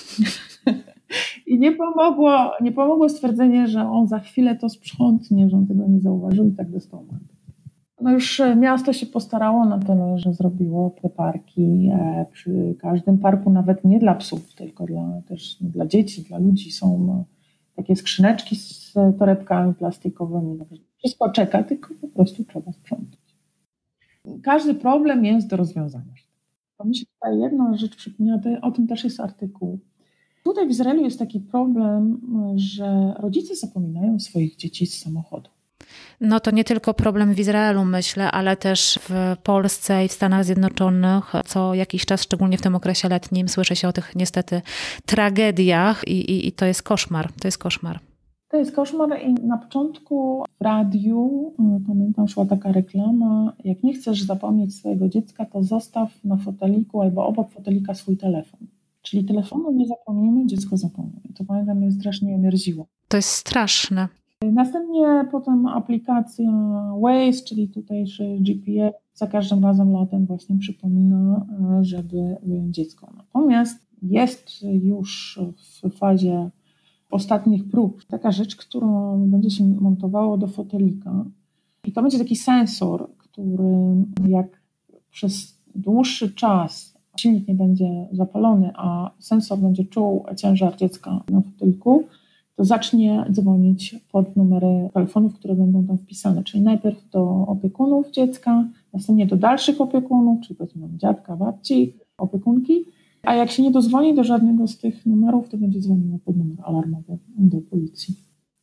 I nie pomogło stwierdzenie, że on za chwilę to sprzątnie, że on tego nie zauważył i tak dostał mandat. No już miasto się postarało na tyle, że zrobiło te parki przy każdym parku, nawet nie dla psów, tylko też dla dzieci, dla ludzi są takie skrzyneczki z torebkami plastikowymi. Wszystko czeka, tylko po prostu trzeba sprzątać. Każdy problem jest do rozwiązania. To mi się tutaj jedna rzecz przypomniała, o tym też jest artykuł. Tutaj w Izraelu jest taki problem, że rodzice zapominają swoich dzieci z samochodu. No to nie tylko problem w Izraelu, myślę, ale też w Polsce i w Stanach Zjednoczonych. Co jakiś czas, szczególnie w tym okresie letnim, słyszy się o tych niestety tragediach i to jest koszmar. To jest koszmar. To jest koszmar i na początku w radiu, pamiętam, szła taka reklama, jak nie chcesz zapomnieć swojego dziecka, to zostaw na foteliku albo obok fotelika swój telefon. Czyli telefonu nie zapomnimy, dziecko zapomni. To pamiętam, mnie strasznie mierziło. To jest straszne. Następnie potem aplikacja Waze, czyli tutejszy GPS, za każdym razem latem właśnie przypomina, żeby wyjąć dziecko. Natomiast jest już w fazie ostatnich prób taka rzecz, którą będzie się montowało do fotelika. I to będzie taki sensor, który jak przez dłuższy czas silnik nie będzie zapalony, a sensor będzie czuł ciężar dziecka na foteliku, to zacznie dzwonić pod numery telefonów, które będą tam wpisane. Czyli najpierw do opiekunów dziecka, następnie do dalszych opiekunów, czyli powiedzmy dziadka, babci, opiekunki. A jak się nie dozwoni do żadnego z tych numerów, to będzie dzwoniło pod numer alarmowy do policji.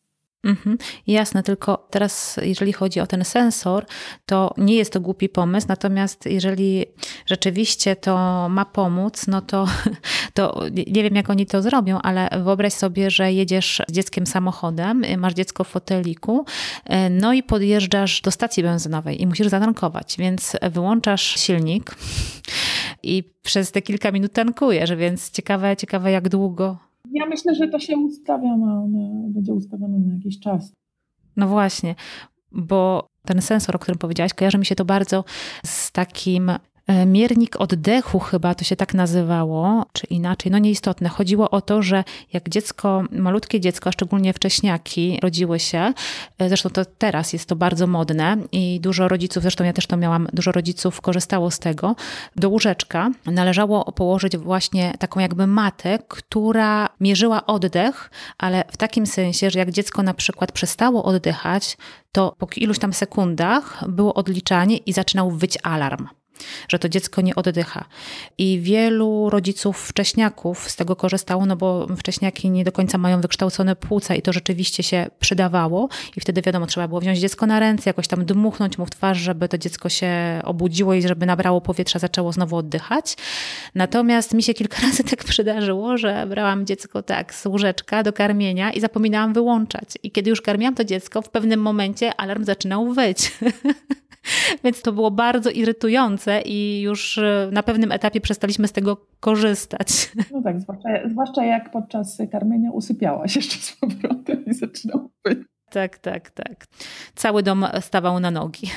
Jasne, tylko teraz jeżeli chodzi o ten sensor, to nie jest to głupi pomysł, natomiast jeżeli rzeczywiście to ma pomóc, no to nie wiem jak oni to zrobią, ale wyobraź sobie, że jedziesz z dzieckiem samochodem, masz dziecko w foteliku, no i podjeżdżasz do stacji benzynowej i musisz zatankować, więc wyłączasz silnik i przez te kilka minut tankujesz, więc ciekawe jak długo. Ja myślę, że to się ustawia będzie ustawione na jakiś czas. No właśnie, bo ten sensor, o którym powiedziałaś, kojarzy mi się to bardzo z takim miernik oddechu chyba to się tak nazywało, czy inaczej, no nieistotne. Chodziło o to, że jak dziecko, malutkie dziecko, a szczególnie wcześniaki rodziły się, zresztą to teraz jest to bardzo modne i dużo rodziców, zresztą ja też to miałam, dużo rodziców korzystało z tego, do łóżeczka należało położyć właśnie taką jakby matę, która mierzyła oddech, ale w takim sensie, że jak dziecko na przykład przestało oddychać, to po iluś tam sekundach było odliczanie i zaczynał wyć alarm, że to dziecko nie oddycha. I wielu rodziców wcześniaków z tego korzystało, no bo wcześniaki nie do końca mają wykształcone płuca i to rzeczywiście się przydawało i wtedy wiadomo, trzeba było wziąć dziecko na ręce, jakoś tam dmuchnąć mu w twarz, żeby to dziecko się obudziło i żeby nabrało powietrza, zaczęło znowu oddychać. Natomiast mi się kilka razy tak przydarzyło, że brałam dziecko tak z łóżeczka do karmienia i zapominałam wyłączać. I kiedy już karmiłam to dziecko, w pewnym momencie alarm zaczynał wyć. Więc to było bardzo irytujące i już na pewnym etapie przestaliśmy z tego korzystać. No tak, zwłaszcza jak podczas karmienia usypiałaś jeszcze z powrotem i zaczynało być. Tak. Cały dom stawał na nogi.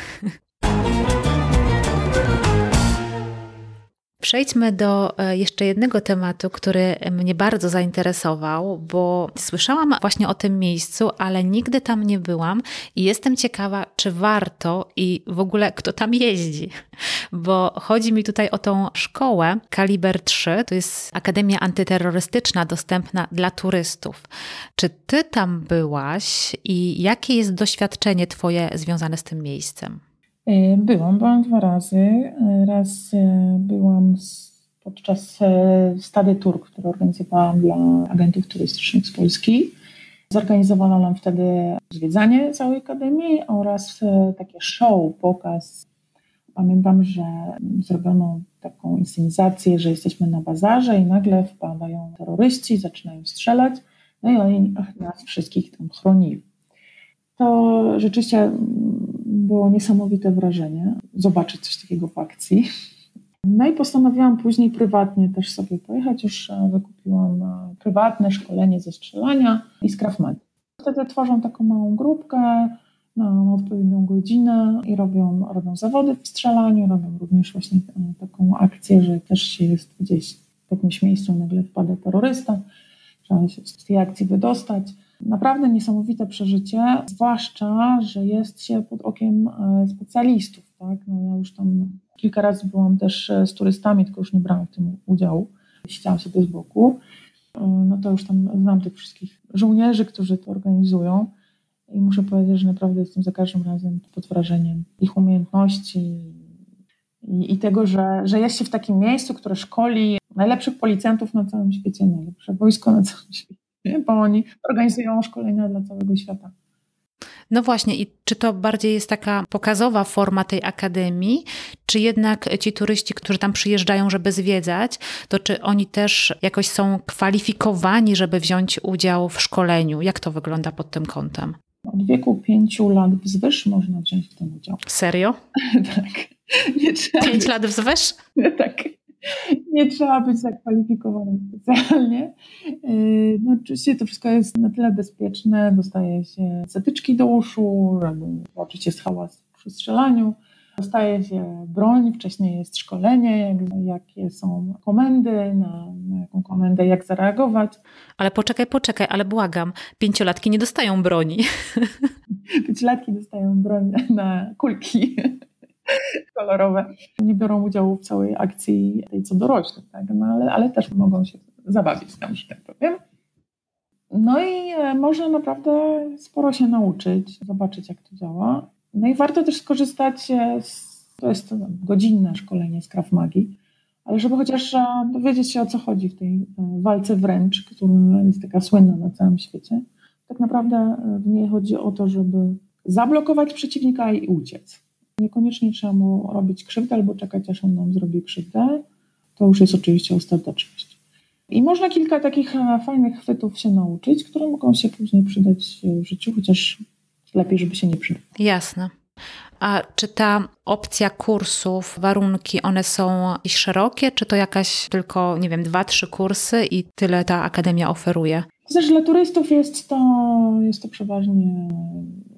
Przejdźmy do jeszcze jednego tematu, który mnie bardzo zainteresował, bo słyszałam właśnie o tym miejscu, ale nigdy tam nie byłam i jestem ciekawa, czy warto i w ogóle kto tam jeździ. Bo chodzi mi tutaj o tą szkołę Kaliber 3, to jest Akademia Antyterrorystyczna dostępna dla turystów. Czy ty tam byłaś i jakie jest doświadczenie twoje związane z tym miejscem? Byłam 2 razy. Raz byłam podczas Study Tour, który organizowałam dla agentów turystycznych z Polski. Zorganizowano nam wtedy zwiedzanie całej akademii oraz takie show, pokaz. Pamiętam, że zrobiono taką inscenizację, że jesteśmy na bazarze i nagle wpadają terroryści, zaczynają strzelać, no i oni nas wszystkich tam chronili. To rzeczywiście było niesamowite wrażenie zobaczyć coś takiego w akcji. No i postanowiłam później prywatnie też sobie pojechać. Już wykupiłam prywatne szkolenie ze strzelania i z Krav Maga. Wtedy tworzą taką małą grupkę na odpowiednią godzinę i robią zawody w strzelaniu, robią również właśnie taką akcję, że też się jest gdzieś w jakimś miejscu, nagle wpada terrorysta, trzeba się z tej akcji wydostać. Naprawdę niesamowite przeżycie, zwłaszcza, że jest się pod okiem specjalistów. Tak? No ja już tam kilka razy byłam też z turystami, tylko już nie brałam w tym udziału. Siedziałam sobie z boku. No to już tam znam tych wszystkich żołnierzy, którzy to organizują i muszę powiedzieć, że naprawdę jestem za każdym razem pod wrażeniem ich umiejętności i tego, że jest się w takim miejscu, które szkoli najlepszych policjantów na całym świecie, najlepsze wojsko na całym świecie. Bo oni organizują szkolenia dla całego świata. No właśnie, i czy to bardziej jest taka pokazowa forma tej akademii, czy jednak ci turyści, którzy tam przyjeżdżają, żeby zwiedzać, to czy oni też jakoś są kwalifikowani, żeby wziąć udział w szkoleniu? Jak to wygląda pod tym kątem? Od wieku 5 lat wzwyż można wziąć w tym udział. Serio? Tak. Nie trzeba 5 lat wzwyż? Tak. Nie trzeba być zakwalifikowanym specjalnie. No, oczywiście to wszystko jest na tyle bezpieczne. Dostaje się zatyczki do uszu, żeby zobaczyć jest hałas przy strzelaniu. Dostaje się broń, wcześniej jest szkolenie, jakie są komendy, na jaką komendę, jak zareagować. Ale poczekaj, ale błagam, 5-latki nie dostają broni. 5-latki dostają broń na kulki kolorowe. Nie biorą udziału w całej akcji tej co dorośli, tak? No, ale też mogą się zabawić tam, że tak powiem. No i można naprawdę sporo się nauczyć, zobaczyć jak to działa. No i warto też skorzystać to jest godzinne szkolenie z Krav Magi, ale żeby chociaż dowiedzieć się o co chodzi w tej walce wręcz, która jest taka słynna na całym świecie. Tak naprawdę w niej chodzi o to, żeby zablokować przeciwnika i uciec. Niekoniecznie trzeba mu robić krzywdę albo czekać, aż on nam zrobi krzywdę. To już jest oczywiście ostateczność. I można kilka takich fajnych chwytów się nauczyć, które mogą się później przydać w życiu, chociaż lepiej, żeby się nie przydały. Jasne. A czy ta opcja kursów, warunki, one są jakieś szerokie, czy to jakaś tylko, 2-3 kursy i tyle ta akademia oferuje? Znaczy dla turystów jest to przeważnie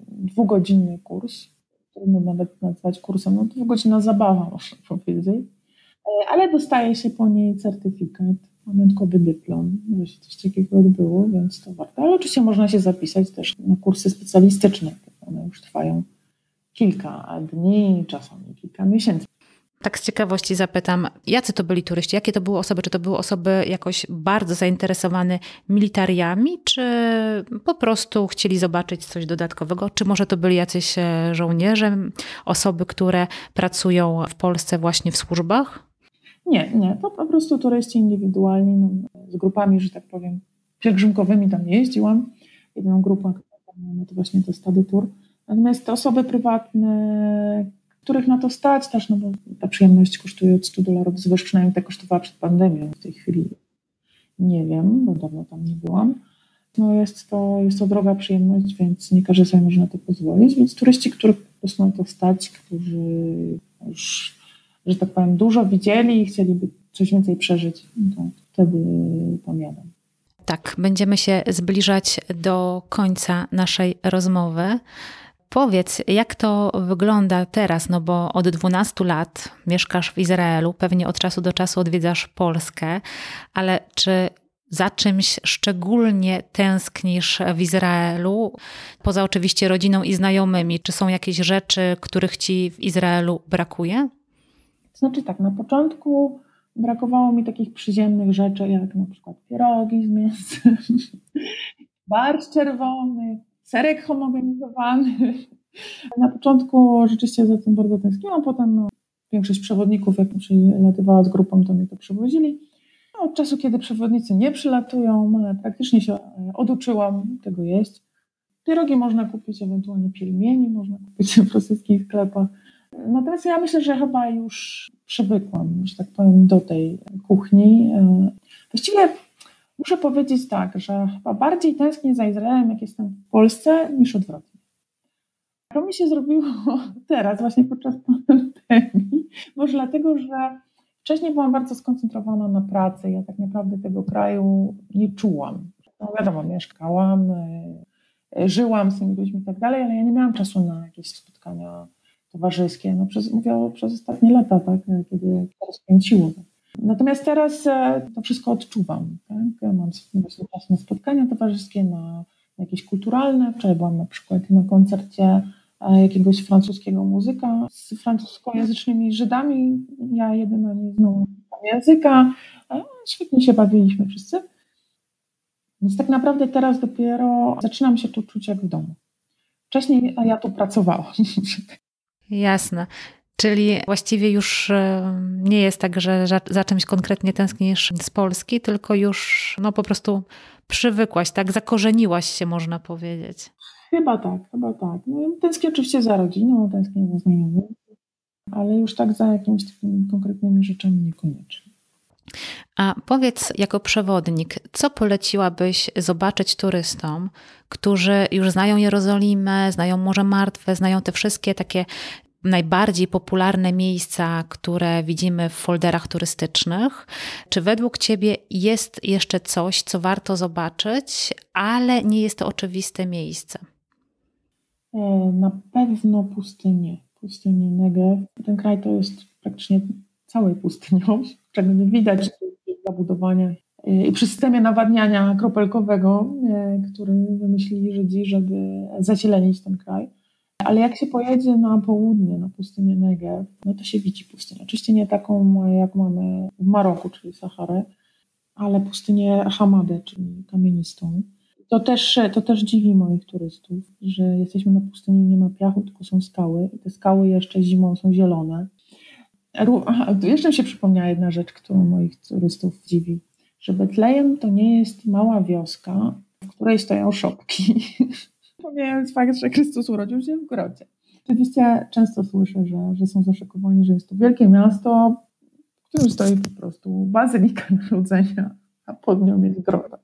2-godzinny kurs. Trudno nawet nazwać kursem, 2-godzinna zabawa, można powiedzieć. ale dostaje się po niej certyfikat, pamiątkowy dyplom, że się coś takiego odbyło, więc to warto. Ale oczywiście można się zapisać też na kursy specjalistyczne. One już trwają kilka dni, czasami kilka miesięcy. Tak z ciekawości zapytam, jacy to byli turyści? Jakie to były osoby? Czy to były osoby jakoś bardzo zainteresowane militariami, czy po prostu chcieli zobaczyć coś dodatkowego? Czy może to byli jacyś żołnierze, osoby, które pracują w Polsce właśnie w służbach? Nie, to po prostu turyści indywidualni, no, z grupami, że tak powiem, pielgrzymkowymi tam nie jeździłam. Jedyną grupą, no to właśnie to Stady Tour. Natomiast te osoby prywatne, których na to stać też, no bo ta przyjemność kosztuje od $100 wzwyż, przynajmniej tak kosztowała przed pandemią. W tej chwili nie wiem, bo dawno tam nie byłam. No jest to droga przyjemność, więc nie każdy sobie może na to pozwolić. Więc turyści, których po prostu na to stać, którzy już, że tak powiem, dużo widzieli i chcieliby coś więcej przeżyć, no to wtedy tam jadą. Tak, będziemy się zbliżać do końca naszej rozmowy. Powiedz, jak to wygląda teraz, no bo od 12 lat mieszkasz w Izraelu, pewnie od czasu do czasu odwiedzasz Polskę, ale czy za czymś szczególnie tęsknisz w Izraelu, poza oczywiście rodziną i znajomymi? Czy są jakieś rzeczy, których ci w Izraelu brakuje? To znaczy tak, na początku brakowało mi takich przyziemnych rzeczy, jak na przykład pierogi z mięsem, barszcz czerwony, serek homogenizowany. Na początku rzeczywiście za tym bardzo tęskniłam, potem większość przewodników, jak przylatywała z grupą, to mi to przywozili. Od czasu, kiedy przewodnicy nie przylatują, praktycznie się oduczyłam tego jeść. Pierogi można kupić, ewentualnie pielmieni można kupić w rosyjskich sklepach. Natomiast ja myślę, że chyba już przywykłam, że tak powiem, do tej kuchni. Właściwie muszę powiedzieć tak, że chyba bardziej tęsknię za Izraelem, jak jestem w Polsce, niż odwrotnie. To mi się zrobiło teraz, właśnie podczas pandemii, może dlatego, że wcześniej byłam bardzo skoncentrowana na pracy. Ja tak naprawdę tego kraju nie czułam. No wiadomo, mieszkałam, żyłam z tymi ludźmi i tak dalej, ale ja nie miałam czasu na jakieś spotkania towarzyskie. No mówię przez ostatnie lata, tak, kiedy to rozkręciło. Natomiast teraz to wszystko odczuwam. Tak? Mam właśnie czas na spotkania towarzyskie, na jakieś kulturalne. Wczoraj byłam na przykład na koncercie jakiegoś francuskiego muzyka z francuskojęzycznymi Żydami. Ja jedyna nie znam języka. Świetnie się bawiliśmy wszyscy. Więc tak naprawdę teraz dopiero zaczynam się tu czuć jak w domu. Wcześniej ja tu pracowałam. Jasne. Czyli właściwie już nie jest tak, że za czymś konkretnie tęsknisz z Polski, tylko już no, po prostu przywykłaś, tak? Zakorzeniłaś się, można powiedzieć. Chyba tak. No, tęsknię oczywiście za rodziną, tęsknię za znajomymi, ale już tak za jakimiś takimi konkretnymi rzeczami niekoniecznie. A powiedz jako przewodnik, co poleciłabyś zobaczyć turystom, którzy już znają Jerozolimę, znają Morze Martwe, znają te wszystkie takie najbardziej popularne miejsca, które widzimy w folderach turystycznych? Czy według Ciebie jest jeszcze coś, co warto zobaczyć, ale nie jest to oczywiste miejsce? Na pewno pustynie Negev. Ten kraj to jest praktycznie całej pustynią, czego nie widać w zabudowaniach i przy systemie nawadniania kropelkowego, który wymyślili Żydzi, żeby zazielenić ten kraj. Ale jak się pojedzie na południe, na pustynię Negev, no to się widzi pustynię. Oczywiście nie taką, jak mamy w Maroku, czyli Saharę, ale pustynię Hamadę, czyli kamienistą. To też dziwi moich turystów, że jesteśmy na pustyni, nie ma piachu, tylko są skały. I te skały jeszcze zimą są zielone. Jeszcze mi się przypomniała jedna rzecz, którą moich turystów dziwi, że Betlejem to nie jest mała wioska, w której stoją szopki. Pomijając fakt, że Chrystus urodził się w grodzie. Oczywiście często słyszę, że są zaszokowani, że jest to wielkie miasto, w którym stoi po prostu bazylika Narodzenia, a pod nią jest groda.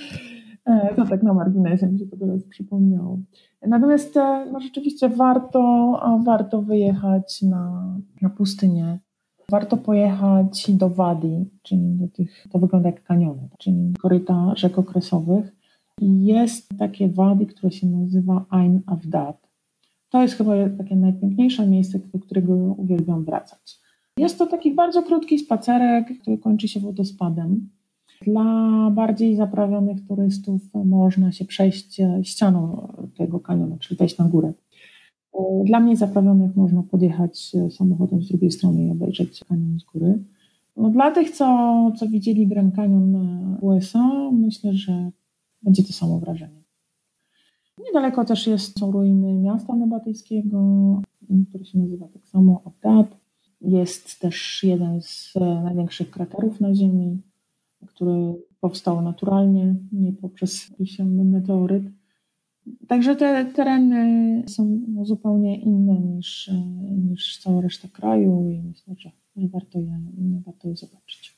To tak na marginesie mi się to teraz przypomniało. Natomiast no rzeczywiście warto wyjechać na pustynię. Warto pojechać do wadi, czyli to wygląda jak kaniony, czyli koryta rzek okresowych. I jest takie wadi, które się nazywa Ain Avdat. To jest chyba takie najpiękniejsze miejsce, do którego uwielbiam wracać. Jest to taki bardzo krótki spacerek, który kończy się wodospadem. Dla bardziej zaprawionych turystów można się przejść ścianą tego kanionu, czyli wejść na górę. Dla mniej zaprawionych można podjechać samochodem z drugiej strony i obejrzeć kanion z góry. No, dla tych, co widzieli Grand Canyon w USA, myślę, że będzie to samo wrażenie. Niedaleko też są ruiny miasta nebatyjskiego, który się nazywa tak samo Abdab. Jest też jeden z największych kraterów na Ziemi, który powstał naturalnie, nie poprzez jakiś meteoryt. Także te tereny są zupełnie inne niż cała reszta kraju i myślę, że warto je zobaczyć.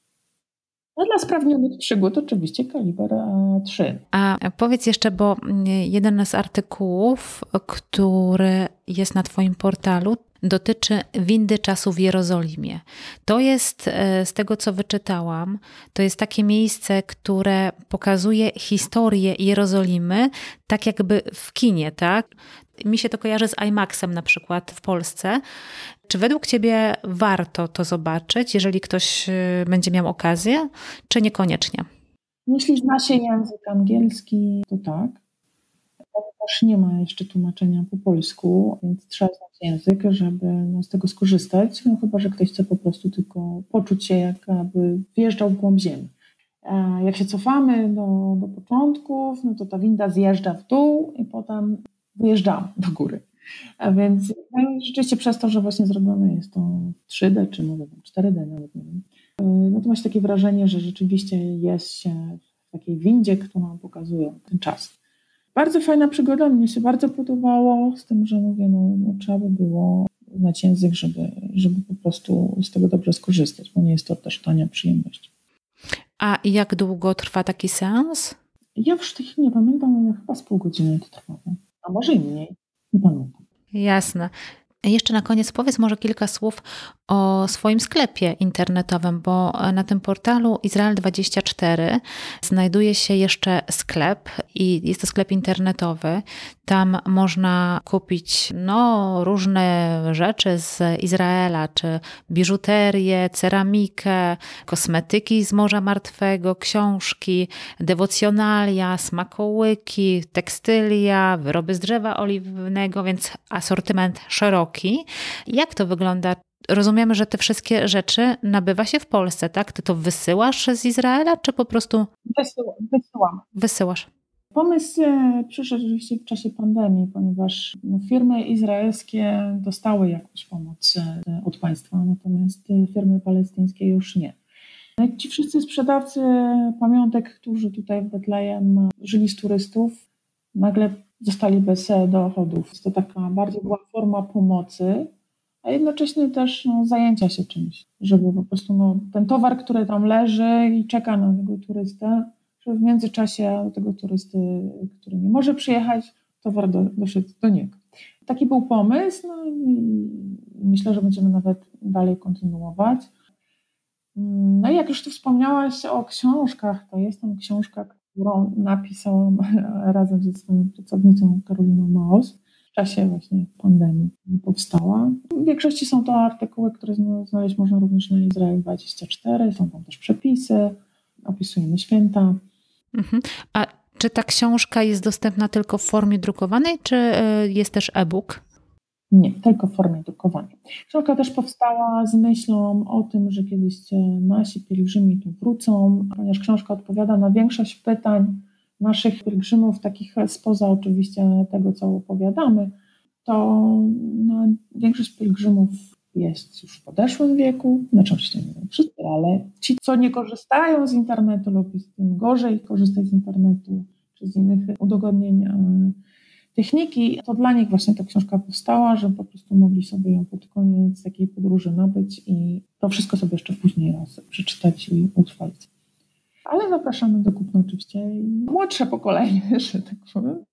A dla sprawnionych przygód oczywiście kaliber 3. A powiedz jeszcze, bo jeden z artykułów, który jest na Twoim portalu, dotyczy windy czasu w Jerozolimie. To jest, z tego co wyczytałam, to jest takie miejsce, które pokazuje historię Jerozolimy, tak jakby w kinie, tak? Mi się to kojarzy z IMAX-em na przykład w Polsce. Czy według Ciebie warto to zobaczyć, jeżeli ktoś będzie miał okazję, czy niekoniecznie? Jeśli zna się język angielski, to tak. Ponieważ nie ma jeszcze tłumaczenia po polsku, więc trzeba znać język, żeby z tego skorzystać. No, chyba że ktoś chce po prostu tylko poczuć się, jakby wjeżdżał w głąb ziemi. Jak się cofamy do początków, no to ta winda zjeżdża w dół i potem wyjeżdżamy do góry. A więc rzeczywiście przez to, że właśnie zrobione jest to w 3D, czy może 4D nawet, nie wiem, no to ma się takie wrażenie, że rzeczywiście jest się w takiej windzie, która pokazuje ten czas. Bardzo fajna przygoda, mnie się bardzo podobało, z tym, że mówię, no trzeba by było znać język, żeby po prostu z tego dobrze skorzystać, bo nie jest to też tania przyjemność. A jak długo trwa taki seans? Ja już w tej chwili nie pamiętam, ale chyba z pół godziny to trwało, a może i mniej, nie pamiętam. Jasne. Jeszcze na koniec powiedz może kilka słów o swoim sklepie internetowym, bo na tym portalu Izrael24 znajduje się jeszcze sklep i jest to sklep internetowy. Tam można kupić różne rzeczy z Izraela, czy biżuterię, ceramikę, kosmetyki z Morza Martwego, książki, dewocjonalia, smakołyki, tekstylia, wyroby z drzewa oliwnego, więc asortyment szeroki. Jak to wygląda? Rozumiemy, że te wszystkie rzeczy nabywa się w Polsce, tak? Ty to wysyłasz z Izraela, czy po prostu Wysyłam. wysyłasz? Pomysł przyszedł oczywiście w czasie pandemii, ponieważ firmy izraelskie dostały jakąś pomoc od państwa, natomiast firmy palestyńskie już nie. Ci wszyscy sprzedawcy pamiątek, którzy tutaj w Betlejem żyli z turystów, nagle zostali bez dochodów. To taka bardziej była forma pomocy, a jednocześnie też zajęcia się czymś, żeby po prostu ten towar, który tam leży i czeka na tego turystę, żeby w międzyczasie do tego turysty, który nie może przyjechać, towar doszedł do niego. Taki był pomysł, i myślę, że będziemy nawet dalej kontynuować. No i jak już tu wspomniałaś o książkach, to jest tam książka, którą napisałam razem ze swoją pracownicą Karoliną Maos. W czasie właśnie pandemii powstała. W większości są to artykuły, które znaleźć można również na Izrael24. Są tam też przepisy, opisujemy święta. A czy ta książka jest dostępna tylko w formie drukowanej, czy jest też e-book? Nie, tylko w formie drukowanej. Książka też powstała z myślą o tym, że kiedyś nasi pielgrzymi tu wrócą, ponieważ książka odpowiada na większość pytań naszych pielgrzymów, takich spoza oczywiście tego, co opowiadamy, to większość pielgrzymów jest już w podeszłym wieku, znaczy oczywiście nie wszyscy, ale ci, co nie korzystają z internetu lub jest im gorzej korzystać z internetu czy z innych udogodnień techniki, to dla nich właśnie ta książka powstała, żeby po prostu mogli sobie ją pod koniec takiej podróży nabyć i to wszystko sobie jeszcze później raz przeczytać i utrwalić. Ale zapraszamy do kupna oczywiście i młodsze pokolenie, że tak powiem.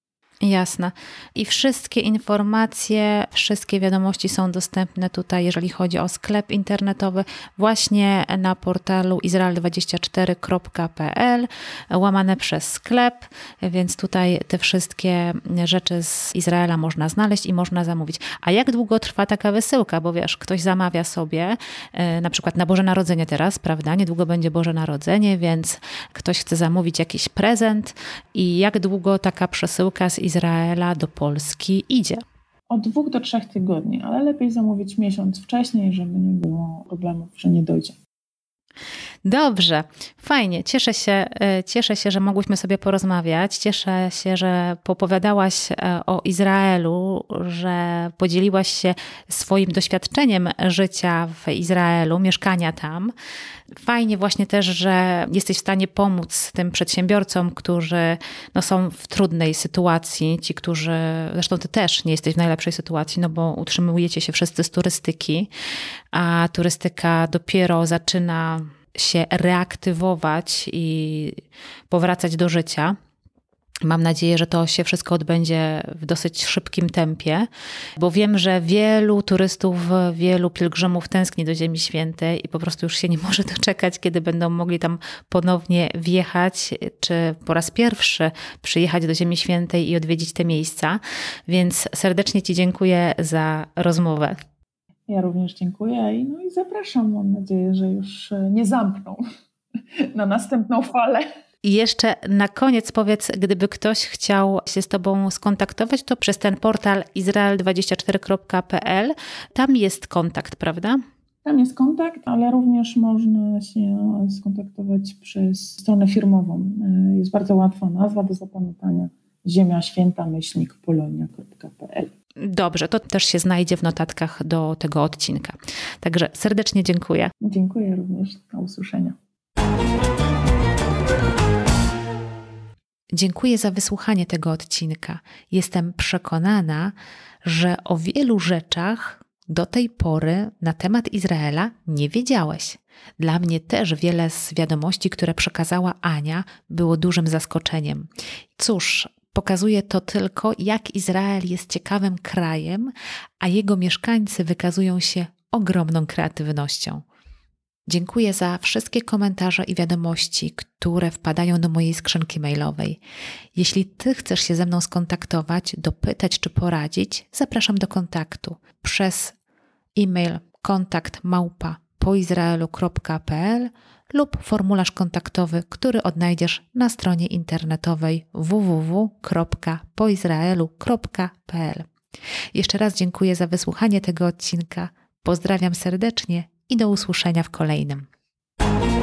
Jasne. I wszystkie informacje, wszystkie wiadomości są dostępne tutaj, jeżeli chodzi o sklep internetowy, właśnie na portalu izrael24.pl, łamane przez sklep, więc tutaj te wszystkie rzeczy z Izraela można znaleźć i można zamówić. A jak długo trwa taka wysyłka? Bo wiesz, ktoś zamawia sobie, na przykład na Boże Narodzenie teraz, prawda? Niedługo będzie Boże Narodzenie, więc ktoś chce zamówić jakiś prezent i jak długo taka przesyłka z Izraela do Polski idzie? Od 2 do 3 tygodni, ale lepiej zamówić miesiąc wcześniej, żeby nie było problemów, że nie dojdzie. Dobrze, fajnie. Cieszę się, że mogłyśmy sobie porozmawiać. Cieszę się, że poopowiadałaś o Izraelu, że podzieliłaś się swoim doświadczeniem życia w Izraelu, mieszkania tam. Fajnie właśnie też, że jesteś w stanie pomóc tym przedsiębiorcom, którzy są w trudnej sytuacji. Ci, którzy, zresztą ty też nie jesteś w najlepszej sytuacji, bo utrzymujecie się wszyscy z turystyki, a turystyka dopiero zaczyna się reaktywować i powracać do życia. Mam nadzieję, że to się wszystko odbędzie w dosyć szybkim tempie, bo wiem, że wielu turystów, wielu pielgrzymów tęskni do Ziemi Świętej i po prostu już się nie może doczekać, kiedy będą mogli tam ponownie wjechać, czy po raz pierwszy przyjechać do Ziemi Świętej i odwiedzić te miejsca. Więc serdecznie Ci dziękuję za rozmowę. Ja również dziękuję i zapraszam. Mam nadzieję, że już nie zamkną na następną falę. I jeszcze na koniec powiedz, gdyby ktoś chciał się z Tobą skontaktować, to przez ten portal izrael24.pl, tam jest kontakt, prawda? Tam jest kontakt, ale również można się skontaktować przez stronę firmową. Jest bardzo łatwa nazwa do zapamiętania: ziemiaświęta-polonia.pl. Dobrze, to też się znajdzie w notatkach do tego odcinka. Także serdecznie dziękuję. Dziękuję również. Do usłyszenia. Dziękuję za wysłuchanie tego odcinka. Jestem przekonana, że o wielu rzeczach do tej pory na temat Izraela nie wiedziałeś. Dla mnie też wiele z wiadomości, które przekazała Ania, było dużym zaskoczeniem. Cóż, pokazuje to tylko, jak Izrael jest ciekawym krajem, a jego mieszkańcy wykazują się ogromną kreatywnością. Dziękuję za wszystkie komentarze i wiadomości, które wpadają do mojej skrzynki mailowej. Jeśli Ty chcesz się ze mną skontaktować, dopytać czy poradzić, zapraszam do kontaktu przez e-mail kontakt@poizraelu.pl lub formularz kontaktowy, który odnajdziesz na stronie internetowej www.poizraelu.pl. Jeszcze raz dziękuję za wysłuchanie tego odcinka. Pozdrawiam serdecznie i do usłyszenia w kolejnym.